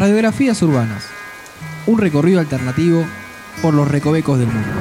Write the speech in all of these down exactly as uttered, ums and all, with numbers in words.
Radiografías urbanas. Un recorrido alternativo por los recovecos del mundo.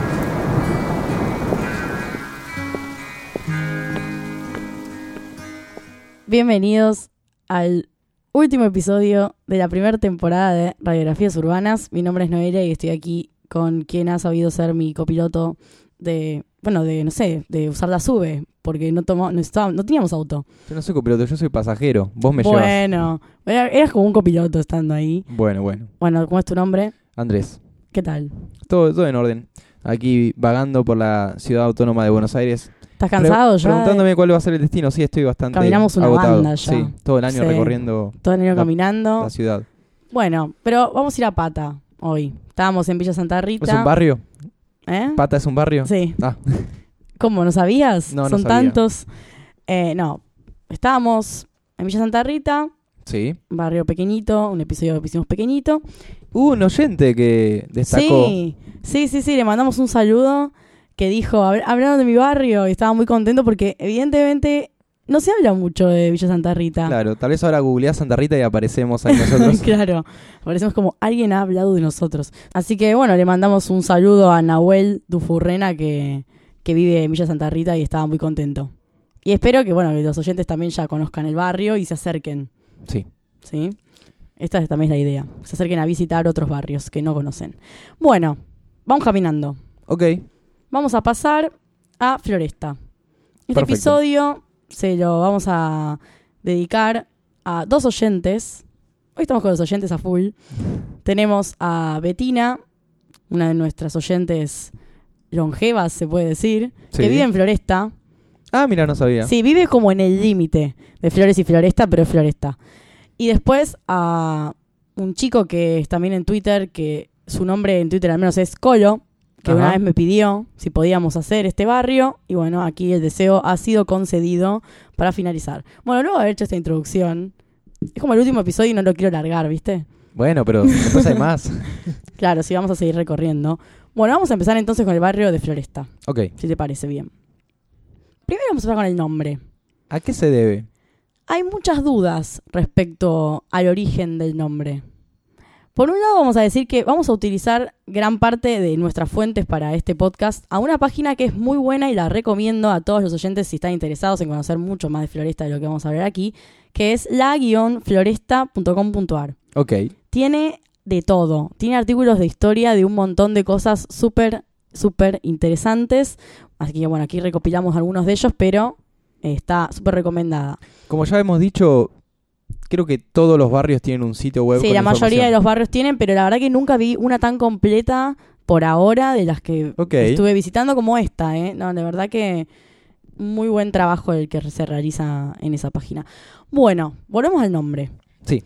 Bienvenidos al último episodio de la primera temporada de Radiografías Urbanas. Mi nombre es Noelia y estoy aquí con quien ha sabido ser mi copiloto de, bueno, de, no sé, de usar la SUBE, porque no, tomó, no, estaba, no teníamos auto. Yo no soy copiloto, yo soy pasajero. Vos me bueno, llevas. Bueno, eras como un copiloto estando ahí. Bueno, bueno. Bueno, ¿cómo es tu nombre? Andrés. ¿Qué tal? Todo, todo en orden. Aquí vagando por la ciudad autónoma de Buenos Aires. ¿Estás cansado Pre- ya? Preguntándome cuál va a ser el destino. Sí, estoy bastante Caminamos una agotado. banda ya. Sí, todo el año Sí. recorriendo Todo el año la, caminando. la ciudad. Bueno, pero vamos a ir a Pata hoy. Estábamos en Villa Santa Rita. ¿Es un barrio? ¿Eh? ¿Pata es un barrio? Sí. Ah, ¿Cómo? ¿No sabías? No, no Son sabía. tantos. Eh, no, estábamos en Villa Santa Rita, sí. un barrio pequeñito, un episodio que hicimos pequeñito. Hubo un oyente que destacó. Sí, sí, sí, sí, le mandamos un saludo que dijo, "Hab- hablaron de mi barrio", y estaba muy contento porque evidentemente no se habla mucho de Villa Santa Rita. Claro, tal vez ahora googleás Santa Rita y aparecemos ahí nosotros. Claro, parecemos como alguien ha hablado de nosotros. Así que bueno, le mandamos un saludo a Nahuel Dufurrena que, que vive en Villa Santa Rita y estaba muy contento. Y espero que bueno que los oyentes también ya conozcan el barrio y se acerquen. Sí. ¿Sí? Esta también es la idea. Se acerquen a visitar otros barrios que no conocen. Bueno, vamos caminando. Ok. Vamos a pasar a Floresta. Este Perfecto. episodio se lo vamos a dedicar a dos oyentes. Hoy estamos con los oyentes a full. Tenemos a Betina, una de nuestras oyentes longevas, se puede decir, Sí. que vive en Floresta. Ah, mira, no sabía. Sí, vive como en el límite de Flores y Floresta, pero es Floresta. Y después a un chico que es también en Twitter, que su nombre en Twitter al menos es Colo, que Ajá. una vez me pidió si podíamos hacer este barrio. Y bueno, aquí el deseo ha sido concedido para finalizar. Bueno, luego de haber hecho esta introducción, es como el último episodio y no lo quiero largar, ¿viste? Bueno, pero después hay más. Claro, sí, vamos a seguir recorriendo. Bueno, vamos a empezar entonces con el barrio de Floresta, Ok. si te parece bien. Primero vamos a hablar con el nombre. ¿A qué se debe? Hay muchas dudas respecto al origen del nombre. Por un lado vamos a decir que vamos a utilizar gran parte de nuestras fuentes para este podcast a una página que es muy buena y la recomiendo a todos los oyentes si están interesados en conocer mucho más de Floresta de lo que vamos a hablar aquí, que es la guion floresta punto com punto a r. Ok. Tiene de todo, tiene artículos de historia de un montón de cosas súper, súper interesantes, así que bueno, aquí recopilamos algunos de ellos, pero eh, está súper recomendada. Como ya hemos dicho, creo que todos los barrios tienen un sitio web. Sí, con la mayoría información. de los barrios tienen, pero la verdad que nunca vi una tan completa por ahora de las que Ok. estuve visitando como esta, ¿eh? No, de verdad que muy buen trabajo el que se realiza en esa página. Bueno, volvemos al nombre. Sí.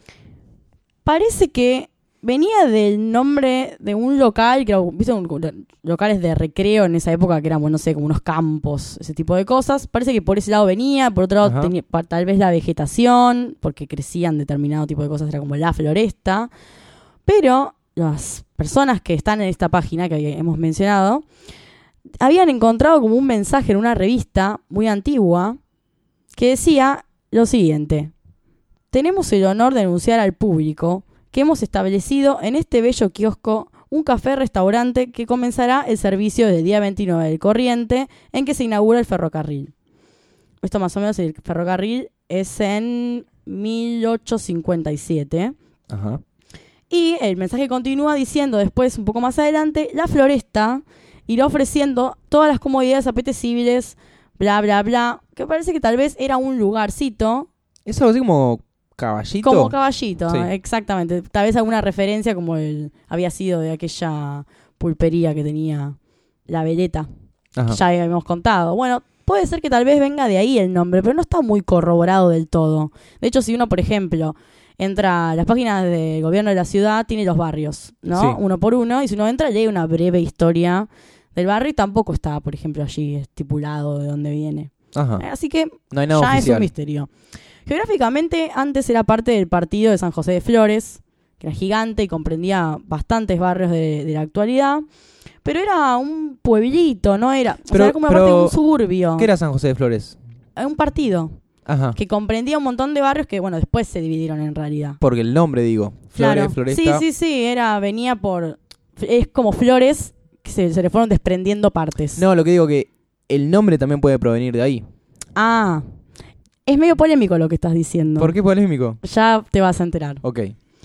Parece que venía del nombre de un local, que era, ¿viste? Un- locales de recreo en esa época que eran, bueno, no sé, como unos campos, ese tipo de cosas. Parece que por ese lado venía, por otro lado Ajá. tenía, pa- tal vez la vegetación, porque crecían determinado tipo de cosas, era como la floresta. Pero las personas que están en esta página que hemos mencionado, habían encontrado como un mensaje en una revista muy antigua que decía lo siguiente: tenemos el honor de anunciar al público que hemos establecido en este bello kiosco un café-restaurante que comenzará el servicio del día veintinueve del corriente, en que se inaugura el ferrocarril. Esto más o menos, el ferrocarril es en mil ochocientos cincuenta y siete. Ajá. Y el mensaje continúa diciendo después, un poco más adelante, la Floresta irá ofreciendo todas las comodidades apetecibles, bla, bla, bla, que parece que tal vez era un lugarcito Es algo así como caballito. como Caballito, Sí. exactamente. Tal vez alguna referencia como el había sido de aquella pulpería que tenía la Veleta, Ajá. ya habíamos contado. Bueno, puede ser que tal vez venga de ahí el nombre, pero no está muy corroborado del todo. De hecho, si uno, por ejemplo, entra a las páginas del gobierno de la ciudad, tiene los barrios, ¿no? Sí. Uno por uno, y si uno entra, lee una breve historia del barrio y tampoco está, por ejemplo, allí estipulado de dónde viene. Ajá. Así que No hay nada ya es oficial. un misterio. Geográficamente, antes era parte del partido de San José de Flores, que era gigante y comprendía bastantes barrios de, de la actualidad, pero era un pueblito, no era, o sea, Pero- era como pero, parte de un suburbio. ¿Qué era San José de Flores? Un partido. Ajá. que comprendía un montón de barrios que, bueno, después se dividieron en realidad. Porque el nombre, digo. Flores, Claro. Floresta. Sí, sí, sí, era, venía por... Es como flores que se, se le fueron desprendiendo partes. No, lo que digo que el nombre también puede provenir de ahí. Ah, es medio polémico lo que estás diciendo. ¿Por qué polémico? Ya te vas a enterar. Ok.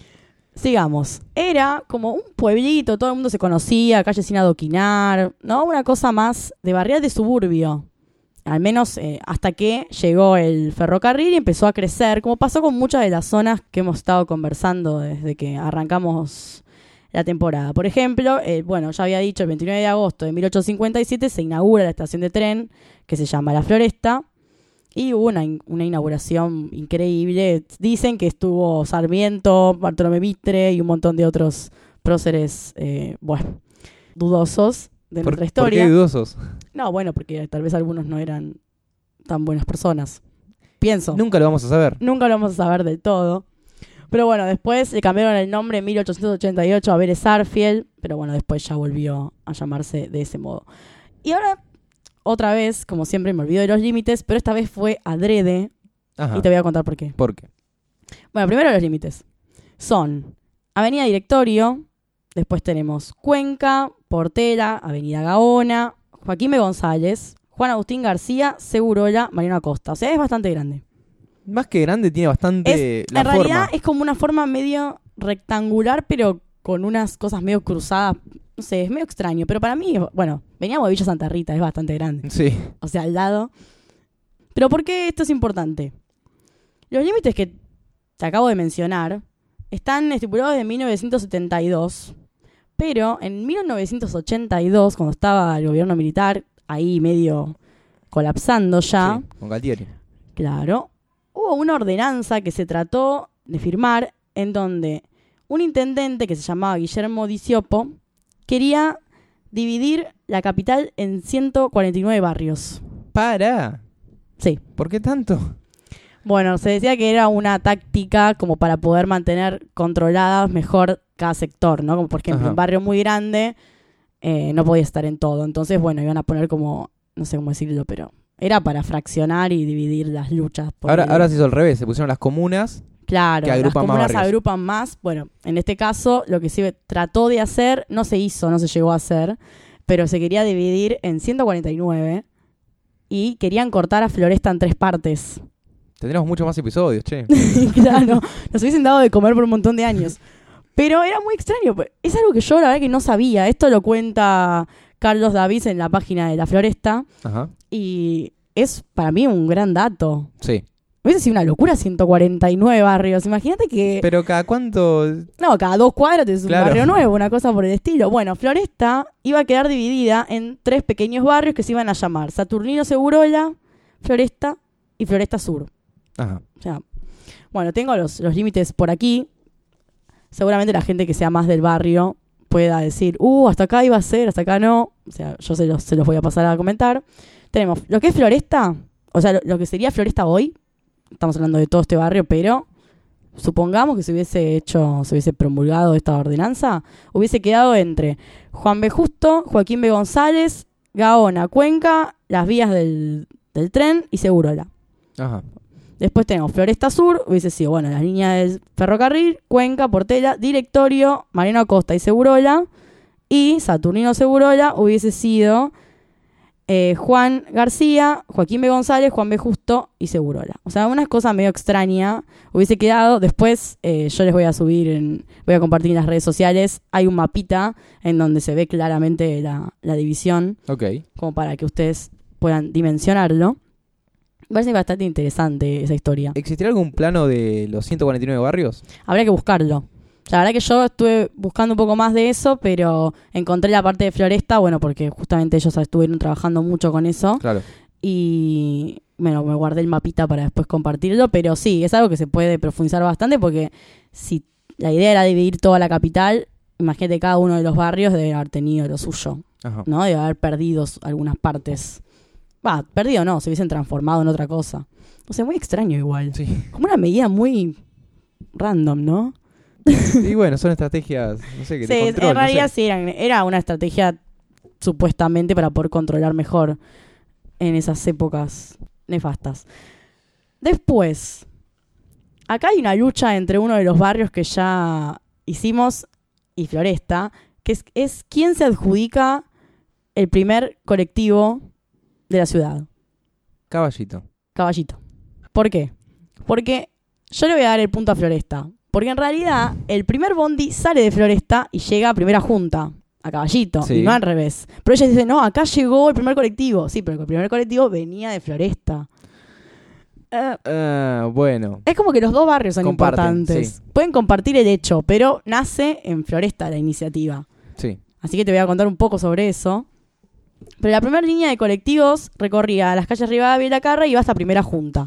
Sigamos. Era como un pueblito, todo el mundo se conocía, calle sin adoquinar, ¿no? Una cosa más de barrial de suburbio. Al menos eh, hasta que llegó el ferrocarril y empezó a crecer, como pasó con muchas de las zonas que hemos estado conversando desde que arrancamos la temporada. Por ejemplo, eh, bueno, ya había dicho, el veintinueve de agosto de mil ochocientos cincuenta y siete se inaugura la estación de tren que se llama La Floresta. Y hubo una, in- una inauguración increíble. Dicen que estuvo Sarmiento, Bartolomé Mitre y un montón de otros próceres, eh, bueno, dudosos de ¿Por, nuestra ¿Por historia. qué dudosos? No, bueno, porque tal vez algunos no eran tan buenas personas. Pienso. Nunca lo vamos a saber. Nunca lo vamos a saber del todo. Pero bueno, después le cambiaron el nombre en mil ochocientos ochenta y ocho a Vélez Sarsfield. Pero bueno, después ya volvió a llamarse de ese modo. Y ahora, otra vez, como siempre, me olvido de los límites, pero esta vez fue adrede. Ajá. Y te voy a contar por qué. ¿Por qué? Bueno, primero los límites. Son Avenida Directorio, después tenemos Cuenca, Portela, Avenida Gaona, Joaquín B. González, Juan Agustín García, Segurola, Mariano Acosta. O sea, es bastante grande. Más que grande, tiene bastante Es, la en forma. realidad es como una forma medio rectangular, pero con unas cosas medio cruzadas. No sé, es medio extraño. Pero para mí, bueno, veníamos de Villa Santa Rita, es bastante grande. Sí. O sea, al lado. Pero ¿por qué esto es importante? Los límites que te acabo de mencionar están estipulados desde mil novecientos setenta y dos, pero en mil novecientos ochenta y dos, cuando estaba el gobierno militar ahí medio colapsando ya, Sí, con Galtieri. claro, hubo una ordenanza que se trató de firmar en donde un intendente que se llamaba Guillermo Diciopo quería dividir la capital en ciento cuarenta y nueve barrios. ¡Para! Sí. ¿Por qué tanto? Bueno, se decía que era una táctica como para poder mantener controladas mejor cada sector, ¿no? Como por ejemplo, Ajá. un barrio muy grande eh, no podía estar en todo. Entonces, bueno, iban a poner como, no sé cómo decirlo, pero era para fraccionar y dividir las luchas. por Ahora, el- ahora se hizo al revés. Se pusieron las comunas. Claro, que las agrupan más comunas barrios. agrupan más. Bueno, en este caso, lo que se trató de hacer, no se hizo, no se llegó a hacer, pero se quería dividir en ciento cuarenta y nueve y querían cortar a Floresta en tres partes. Tendremos muchos más episodios, che. Claro, nos hubiesen dado de comer por un montón de años. Pero era muy extraño. pues, Es algo que yo la verdad que no sabía. Esto lo cuenta Carlos Davis en la página de La Floresta. Ajá. Y es para mí un gran dato. Sí. Hubiese sido una locura ciento cuarenta y nueve barrios. Imagínate que... Pero cada cuánto... No, cada dos cuadras tenés un Claro. barrio nuevo, una cosa por el estilo. Bueno, Floresta iba a quedar dividida en tres pequeños barrios que se iban a llamar Saturnino Segurola, Floresta y Floresta Sur. Ajá. O sea, bueno, tengo los, los límites por aquí. Seguramente la gente que sea más del barrio pueda decir, uh, hasta acá iba a ser, hasta acá no. O sea, yo se los, se los voy a pasar a comentar. Tenemos lo que es Floresta, o sea, lo, lo que sería Floresta hoy. Estamos hablando de todo este barrio, pero supongamos que se hubiese hecho, se hubiese promulgado esta ordenanza, hubiese quedado entre Juan B. Justo, Joaquín B. González, Gaona, Cuenca, las vías del, del tren y Segurola. Ajá. Después tenemos Floresta Sur, hubiese sido, bueno, las líneas del ferrocarril, Cuenca, Portela, Directorio, Mariano Acosta y Segurola. Y Saturnino Segurola hubiese sido eh, Juan García, Joaquín B. González, Juan B. Justo y Segurola. O sea, una cosa medio extraña hubiese quedado. Después eh, yo les voy a subir, en, voy a compartir en las redes sociales. Hay un mapita en donde se ve claramente la, la división, Ok. como para que ustedes puedan dimensionarlo. Me parece bastante interesante esa historia. ¿Existirá algún plano de los ciento cuarenta y nueve barrios? Habría que buscarlo. La verdad que yo estuve buscando un poco más de eso, pero encontré la parte de Floresta, bueno, porque justamente ellos estuvieron trabajando mucho con eso. Claro. Y bueno, me guardé el mapita para después compartirlo, pero sí, es algo que se puede profundizar bastante porque si la idea era dividir toda la capital, imagínate cada uno de los barrios debe haber tenido lo suyo, Ajá. ¿no? Debe haber perdido algunas partes. Va, perdido no, se hubiesen transformado en otra cosa. O sea, muy extraño igual. Sí. Como una medida muy random, ¿no? Y bueno, son estrategias, no sé, que Sí, de control, en realidad no sé. sí, eran- era una estrategia supuestamente para poder controlar mejor en esas épocas nefastas. Después, acá hay una lucha entre uno de los barrios que ya hicimos y Floresta, que es, es quién se adjudica el primer colectivo de la ciudad. Caballito. Caballito. ¿Por qué? Porque yo le voy a dar el punto a Floresta. Porque en realidad el primer bondi sale de Floresta y llega a Primera Junta, a Caballito, Sí. y no al revés. Pero ella dice, no, acá llegó el primer colectivo. Sí, pero el primer colectivo venía de Floresta. Eh, Ah, bueno. es como que los dos barrios son Comparten, importantes. sí. Pueden compartir el hecho, pero nace en Floresta la iniciativa. Sí. Así que te voy a contar un poco sobre eso. Pero la primera línea de colectivos recorría las calles Rivadavia y La Carra y iba hasta Primera Junta.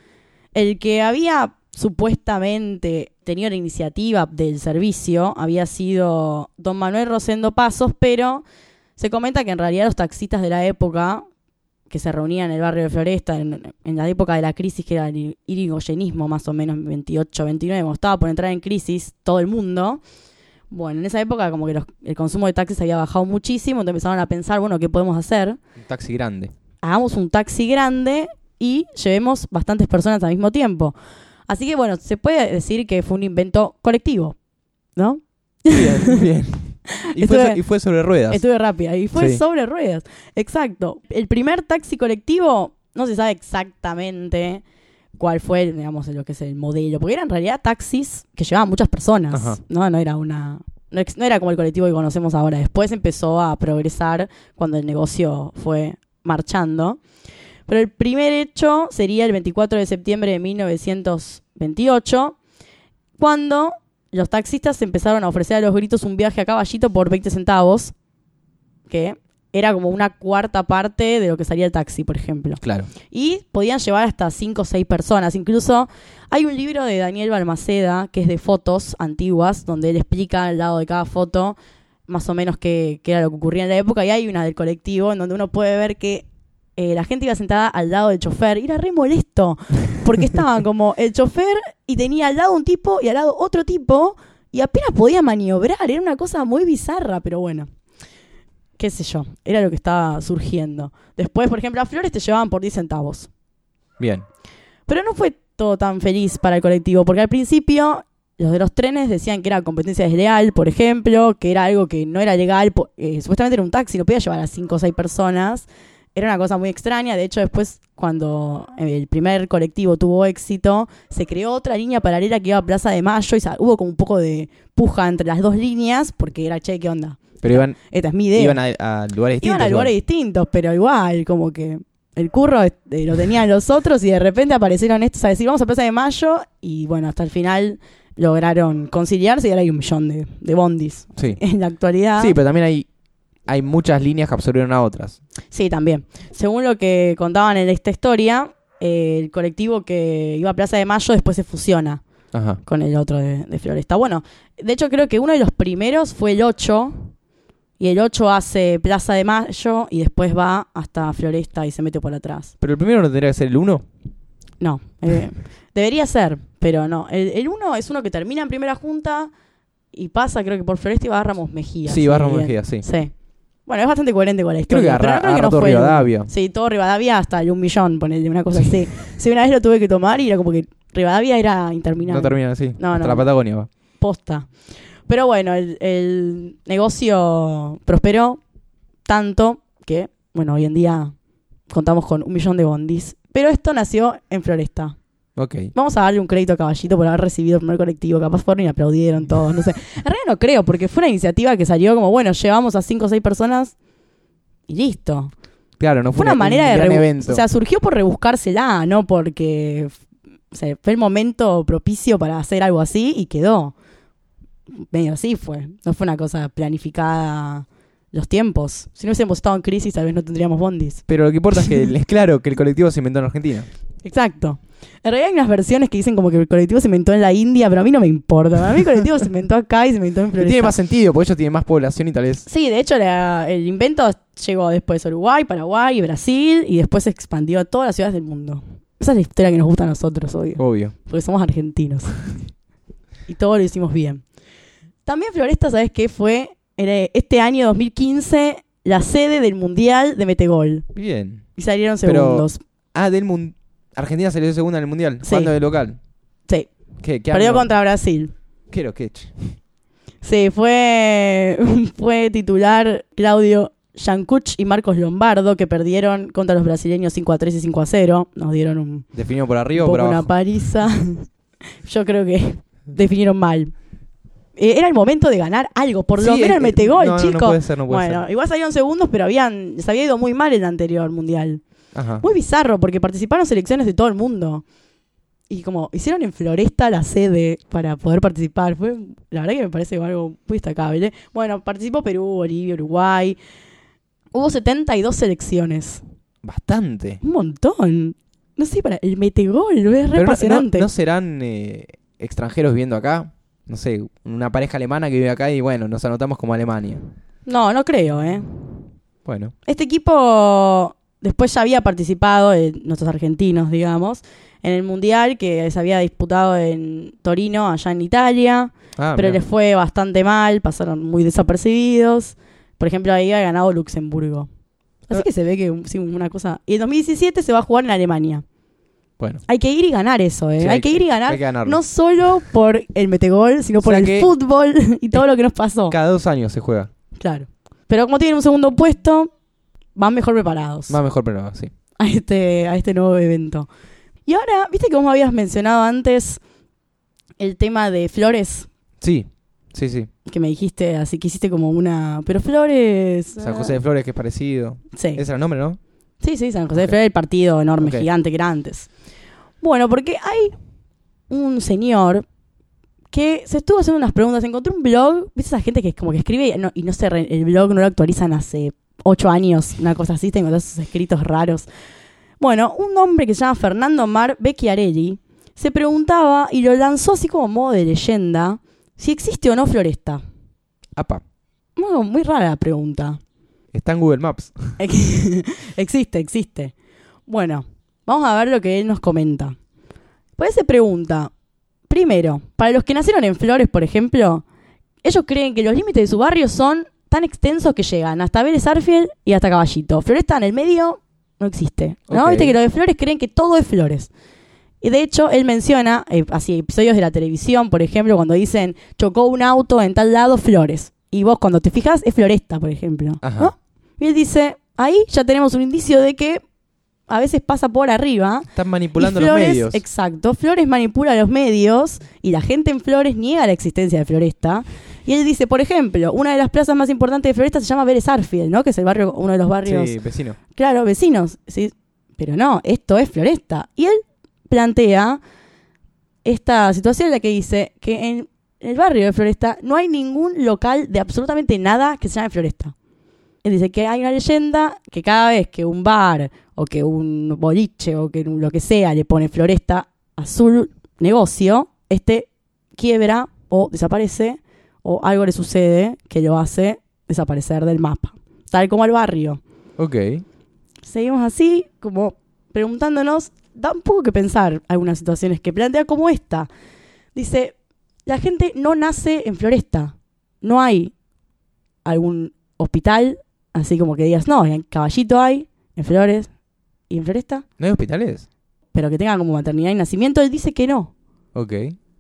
El que había supuestamente tenido la iniciativa del servicio había sido don Manuel Rosendo Pasos, pero se comenta que en realidad los taxistas de la época, que se reunían en el barrio de Floresta, en, en la época de la crisis, que era el irigoyenismo más o menos, veintiocho, veintinueve, cuando estaba por entrar en crisis todo el mundo. Bueno, en esa época como que los, el consumo de taxis había bajado muchísimo, entonces empezaron a pensar, bueno, ¿qué podemos hacer? Un taxi grande. Hagamos un taxi grande y llevemos bastantes personas al mismo tiempo. Así que, bueno, se puede decir que fue un invento colectivo, ¿no? Bien, bien. Y, Estuve- fue, y fue sobre ruedas. Estuve rápida y fue Sí. sobre ruedas. Exacto. El primer taxi colectivo no se sabe exactamente cuál fue, digamos, lo que es el modelo, porque eran en realidad taxis que llevaban muchas personas. Ajá. No, no era una, no, ex- no era como el colectivo que conocemos ahora. Después empezó a progresar cuando el negocio fue marchando. Pero el primer hecho sería el veinticuatro de septiembre de mil novecientos veintiocho, cuando los taxistas empezaron a ofrecer a los gritos un viaje a Caballito por veinte centavos, que era como una cuarta parte de lo que salía el taxi, por ejemplo. Claro. Y podían llevar hasta cinco o seis personas. Incluso hay un libro de Daniel Balmaceda, que es de fotos antiguas, donde él explica al lado de cada foto más o menos qué, qué era lo que ocurría en la época. Y hay una del colectivo en donde uno puede ver que eh, la gente iba sentada al lado del chofer. Y era re molesto, porque estaban como el chofer y tenía al lado un tipo y al lado otro tipo, y apenas podía maniobrar. Era una cosa muy bizarra, pero bueno. Qué sé yo, era lo que estaba surgiendo. Después, por ejemplo, a Flores te llevaban por diez centavos. Bien. Pero no fue todo tan feliz para el colectivo, porque al principio los de los trenes decían que era competencia desleal, por ejemplo, que era algo que no era legal, po- eh, supuestamente era un taxi, no podía llevar a cinco o seis personas. Era una cosa muy extraña. De hecho, después, cuando el primer colectivo tuvo éxito, se creó otra línea paralela que iba a Plaza de Mayo y sa- hubo como un poco de puja entre las dos líneas, porque era, che, ¿qué onda? Pero iban, Esta es mi idea. iban a, a lugares distintos. Iban a lugares distintos, pero igual, como que el curro eh, lo tenían los otros y de repente aparecieron estos a decir, vamos a Plaza de Mayo, y bueno, hasta el final lograron conciliarse y ahora hay un millón de, de bondis. Sí. En la actualidad. Sí, pero también hay, hay muchas líneas que absorbieron a otras. Sí, también. Según lo que contaban en esta historia, eh, el colectivo que iba a Plaza de Mayo después se fusiona Ajá. con el otro de, de Floresta. Bueno, de hecho creo que uno de los primeros fue el ocho, y el ocho hace Plaza de Mayo y después va hasta Floresta y se mete por atrás. Pero el primero no tendría que ser el uno. No, eh, debería ser, pero no. El, el uno es uno que termina en Primera Junta y pasa, creo que por Floresta y va a Ramos Mejía. Sí, si va a bien. Ramos Mejía, sí. Sí. Bueno, es bastante coherente con la Creo historia. que pero agarra- no creo que agarra no todo fue el uno. Rivadavia. Sí, todo Rivadavia hasta el un millón, ponerle una cosa así. Sí, una vez lo tuve que tomar y era como que Rivadavia era interminable. No terminan así. No, Hasta no. la Patagonia va. Posta. Pero bueno, el, el negocio prosperó tanto que, bueno, hoy en día contamos con un millón de bondis. Pero esto nació en Floresta. Ok. Vamos a darle un crédito a Caballito por haber recibido el primer colectivo. Capaz fueron y aplaudieron todos, no sé. En realidad no creo, porque fue una iniciativa que salió como, bueno, llevamos a cinco o seis personas y listo. Claro, no fue, Fue una un manera de... gran rebu- evento. O sea, surgió por rebuscársela, no porque... O sea, fue el momento propicio para hacer algo así y quedó. Medio así fue. No fue una cosa planificada los tiempos. Si no hubiésemos estado en crisis, tal vez no tendríamos bondis. Pero lo que importa es que es claro que el colectivo se inventó en Argentina. Exacto. En realidad hay unas versiones que dicen como que el colectivo se inventó en la India, pero a mí no me importa. Para mí el colectivo se inventó acá y se inventó en Que Floresta. tiene más sentido, porque ellos tienen más población y tal vez... Sí, de hecho la- el invento llegó después a Uruguay, Paraguay y Brasil y después se expandió a todas las ciudades del mundo. Esa es la historia que nos gusta a nosotros, obvio. Obvio. Porque somos argentinos. Y todo lo hicimos bien. También Floresta, ¿sabes qué? Fue en eh, este año dos mil quince la sede del Mundial de Metegol. Bien. Y salieron Pero- segundos. Ah, del mundo... Argentina salió segunda en el Mundial, Sí. jugando de local. Sí, ¿Qué, qué perdió año? contra Brasil. ¿Qué era qué? che? Sí, fue, fue titular Claudio Jancuch y Marcos Lombardo, que perdieron contra los brasileños cinco a tres y cinco a cero. Nos dieron un, ¿Definió por un arriba o poco por una abajo? paliza. Yo creo que definieron mal. Eh, Era el momento de ganar algo, por lo Sí, menos es el que- metegol, no, no, chicos. no puede ser, no puede bueno, ser. igual salieron segundos, pero habían se había ido muy mal en el anterior mundial. Ajá. Muy bizarro, porque participaron selecciones de todo el mundo. Y como hicieron en Floresta la sede para poder participar. Fue, la verdad que me parece algo muy destacable. Bueno, participó Perú, Bolivia, Uruguay. Hubo setenta y dos selecciones. Bastante. Un montón. No sé, para el metegol, es re Pero no, no, apasionante. ¿no serán eh, extranjeros viviendo acá? No sé, una pareja alemana que vive acá y bueno, nos anotamos como Alemania. No, no creo, ¿eh? Bueno, Este equipo después ya había participado, eh, nuestros argentinos, digamos, en el Mundial que se había disputado en Torino, allá en Italia. ah, pero mirá. les fue bastante mal, pasaron muy desapercibidos. Por ejemplo, ahí ha ganado Luxemburgo. Así Ah. que se ve que sí, una cosa... Y en dos mil diecisiete se va a jugar en Alemania. Bueno, Hay que ir y ganar eso, ¿eh? Sí, hay, hay que que- ir y ganar, hay que ganarlo. no solo por el metegol, sino O por sea el que- fútbol y todo lo que nos pasó. cada dos años se juega. Claro. Pero como tienen un segundo puesto, van mejor preparados Va mejor, pero sí. a este, a este nuevo evento. Y ahora, viste que vos me habías mencionado antes el tema de Flores, Sí, sí, sí. que me dijiste, así que hiciste como una... Pero Flores... San José de Flores, que es parecido. Sí, Ese era el nombre, ¿no? sí, sí, San José de Ok. Flores, el partido enorme, Ok. gigante que era antes. Bueno, porque hay un señor que se estuvo haciendo unas preguntas, encontré un blog, viste esa gente que es como que escribe y no, y no sé, re- el blog no lo actualizan hace ocho años, una cosa así, tengo todos esos escritos raros. Bueno, un hombre que se llama Fernando Mar Becchiarelli se preguntaba y lo lanzó así como modo de leyenda si existe o no Floresta. Apa, Muy, muy rara la pregunta. está en Google Maps. existe, existe. Bueno, vamos a ver lo que él nos comenta. Pues se pregunta, primero, para los que nacieron en Flores, por ejemplo, ellos creen que los límites de su barrio son tan extensos que llegan hasta Vélez Arfiel y hasta Caballito. Floresta en el medio no existe, ¿no? Ok. Viste que los de Flores creen que todo es Flores. Y de hecho, él menciona, eh, así, episodios de la televisión, por ejemplo, cuando dicen, chocó un auto en tal lado, Flores. Y vos cuando te fijas, es Floresta, por ejemplo. Ajá. ¿No? Y él dice, ahí ya tenemos un indicio de que a veces pasa por arriba. Están manipulando Y los Flores, medios. Exacto, Flores manipula los medios y la gente en Flores niega la existencia de Floresta. Y él dice, por ejemplo, una de las plazas más importantes de Floresta se llama Vélez Arfiel, ¿no? Que es el barrio, uno de los barrios, Sí, vecino. claro, vecinos. ¿Sí? Pero no, esto es Floresta. Y él plantea esta situación en la que dice que en el barrio de Floresta no hay ningún local de absolutamente nada que se llame Floresta. Él dice que hay una leyenda que cada vez que un bar o que un boliche o que lo que sea le pone Floresta a su negocio, este quiebra o desaparece o algo le sucede que lo hace desaparecer del mapa. Tal como el barrio. Ok. Seguimos así, como preguntándonos, da un poco que pensar algunas situaciones que plantea como esta. Dice, la gente no nace en Floresta. No hay algún hospital, así como que digas, no, en Caballito hay, en Flores y en Floresta, ¿No hay hospitales? pero que tengan como maternidad y nacimiento, él dice que no. Ok.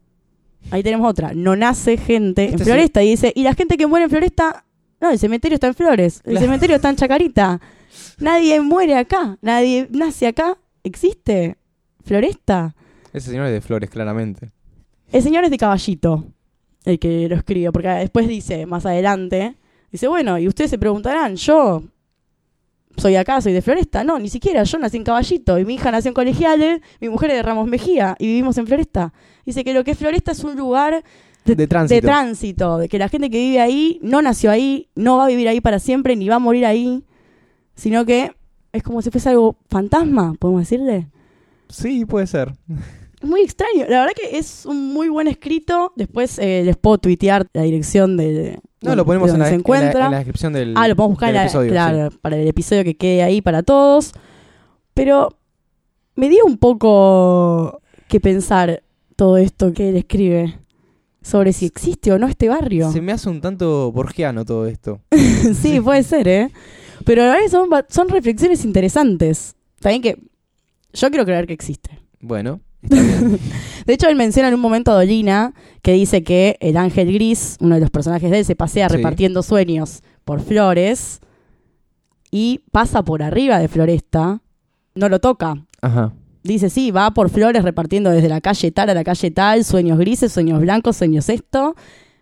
Ahí tenemos otra, no nace gente en Este Floresta. Y dice, y la gente que muere en Floresta, no, el cementerio está en Flores, el Claro. cementerio está en Chacarita. Nadie muere acá, nadie nace acá, existe Floresta. Ese señor es de Flores, claramente. El señor es de Caballito, el que lo escribe, porque después dice, más adelante, dice, bueno, y ustedes se preguntarán, yo soy de acá, soy de Floresta. No, ni siquiera, yo nací en Caballito, y mi hija nació en Colegiales, mi mujer es de Ramos Mejía, y vivimos en Floresta. Dice que lo que es Floresta es un lugar de, De tránsito. de tránsito, de que la gente que vive ahí no nació ahí, no va a vivir ahí para siempre, ni va a morir ahí, sino que es como si fuese algo fantasma, podemos decirle. Sí, puede ser. Es muy extraño. La verdad que es un muy buen escrito. Después eh, les puedo tuitear la dirección de, No, de- lo ponemos de en donde la, se en, la, encuentra. en la descripción del ah, lo podemos buscar del en la- episodio. claro, sí. para el episodio que quede ahí para todos. Pero me dio un poco que pensar todo esto que él escribe sobre si existe o no este barrio. Se me hace un tanto borgiano todo esto. Sí, puede ser, ¿eh? Pero la verdad que son, ba- son reflexiones interesantes. También que Yo quiero creer que existe. Bueno, está bien. De hecho, él menciona en un momento a Dolina que dice que el ángel gris, uno de los personajes de él, se pasea Sí. repartiendo sueños por Flores y pasa por arriba de Floresta, no lo toca. Ajá. Dice, sí, va por Flores repartiendo desde la calle tal a la calle tal, sueños grises, sueños blancos, sueños esto.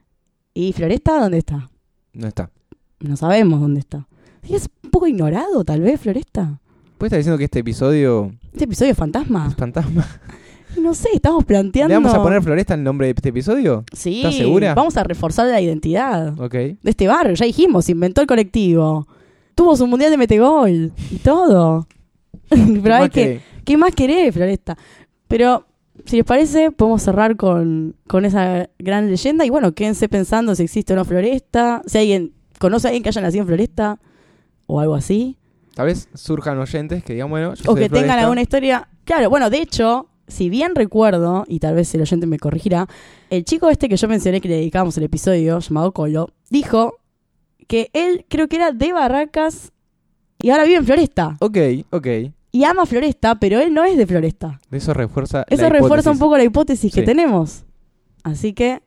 ¿Y Floresta dónde está? No está. No sabemos dónde está. Y es un poco ignorado, tal vez, Floresta. ¿Puedes estar diciendo que este episodio Este episodio es fantasma. es fantasma? No sé, estamos planteando... ¿Le vamos a poner Floresta en el nombre de este episodio? Sí, ¿Estás segura? Vamos a reforzar la identidad Ok. de este barrio. Ya dijimos, se inventó el colectivo. Tuvo su mundial de metegol y todo. Pero hay más que... querés? ¿Qué más querés, Floresta? Pero, si les parece, podemos cerrar con, con esa gran leyenda. Y bueno, quédense pensando si existe o no Floresta. Si alguien conoce a alguien que haya nacido en Floresta o algo así. Tal vez surjan oyentes que digan, bueno, yo O soy que de tengan Floresta. alguna historia. Claro, bueno, de hecho, si bien recuerdo, y tal vez el oyente me corregirá, el chico este que yo mencioné que le dedicábamos el episodio, llamado Colo, dijo que él creo que era de Barracas y ahora vive en Floresta. Ok, ok. Y ama Floresta, pero él no es de Floresta. Eso refuerza Eso la refuerza un hipótesis. poco la hipótesis que Sí. tenemos. Así que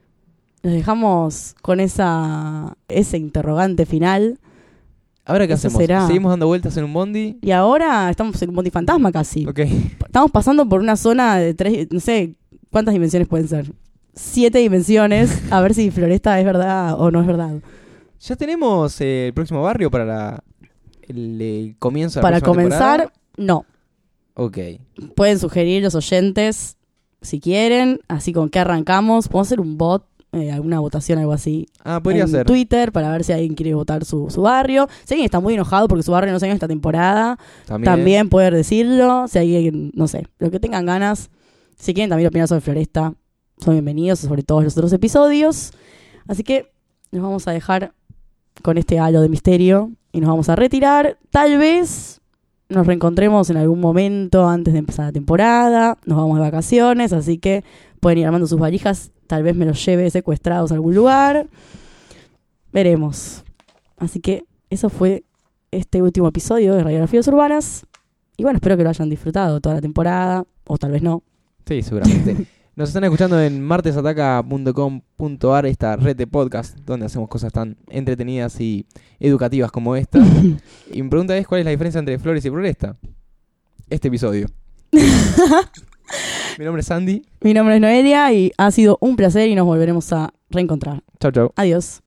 los dejamos con esa ese interrogante final. ¿Ahora qué Eso hacemos? será. ¿Seguimos dando vueltas en un bondi? Y ahora estamos en un bondi fantasma casi. Ok. Estamos pasando por una zona de tres, no sé, ¿cuántas dimensiones pueden ser? Siete dimensiones, a ver si Floresta es verdad o no es verdad. Ya tenemos eh, el próximo barrio para la- el, el comienzo de la Para próxima comenzar, temporada. no. Ok. Pueden sugerir los oyentes si quieren, así con qué arrancamos. Podemos hacer un bot, eh, alguna votación, algo así. Ah, podría en ser. Twitter para ver si alguien quiere votar su, su barrio. Si alguien está muy enojado porque su barrio no salió en esta temporada, También. también poder decirlo. Si alguien, no sé, lo que tengan ganas. Si quieren también opinar sobre Floresta, son bienvenidos, sobre todos los otros episodios. Así que nos vamos a dejar con este halo de misterio y nos vamos a retirar. Tal vez nos reencontremos en algún momento antes de empezar la temporada. Nos vamos de vacaciones, así que pueden ir armando sus valijas. Tal vez me los lleve secuestrados a algún lugar. Veremos. Así que eso fue este último episodio de Radiografías Urbanas. Y bueno, espero que lo hayan disfrutado toda la temporada, o tal vez no. Sí, seguramente. Nos están escuchando en martesataca punto com punto ar, esta red de podcast donde hacemos cosas tan entretenidas y educativas como esta. Y mi pregunta es, ¿cuál es la diferencia entre Flores y Floresta? Este episodio. Mi nombre es Sandy. Mi nombre es Noelia y ha sido un placer y nos volveremos a reencontrar. Chau, chau. Adiós.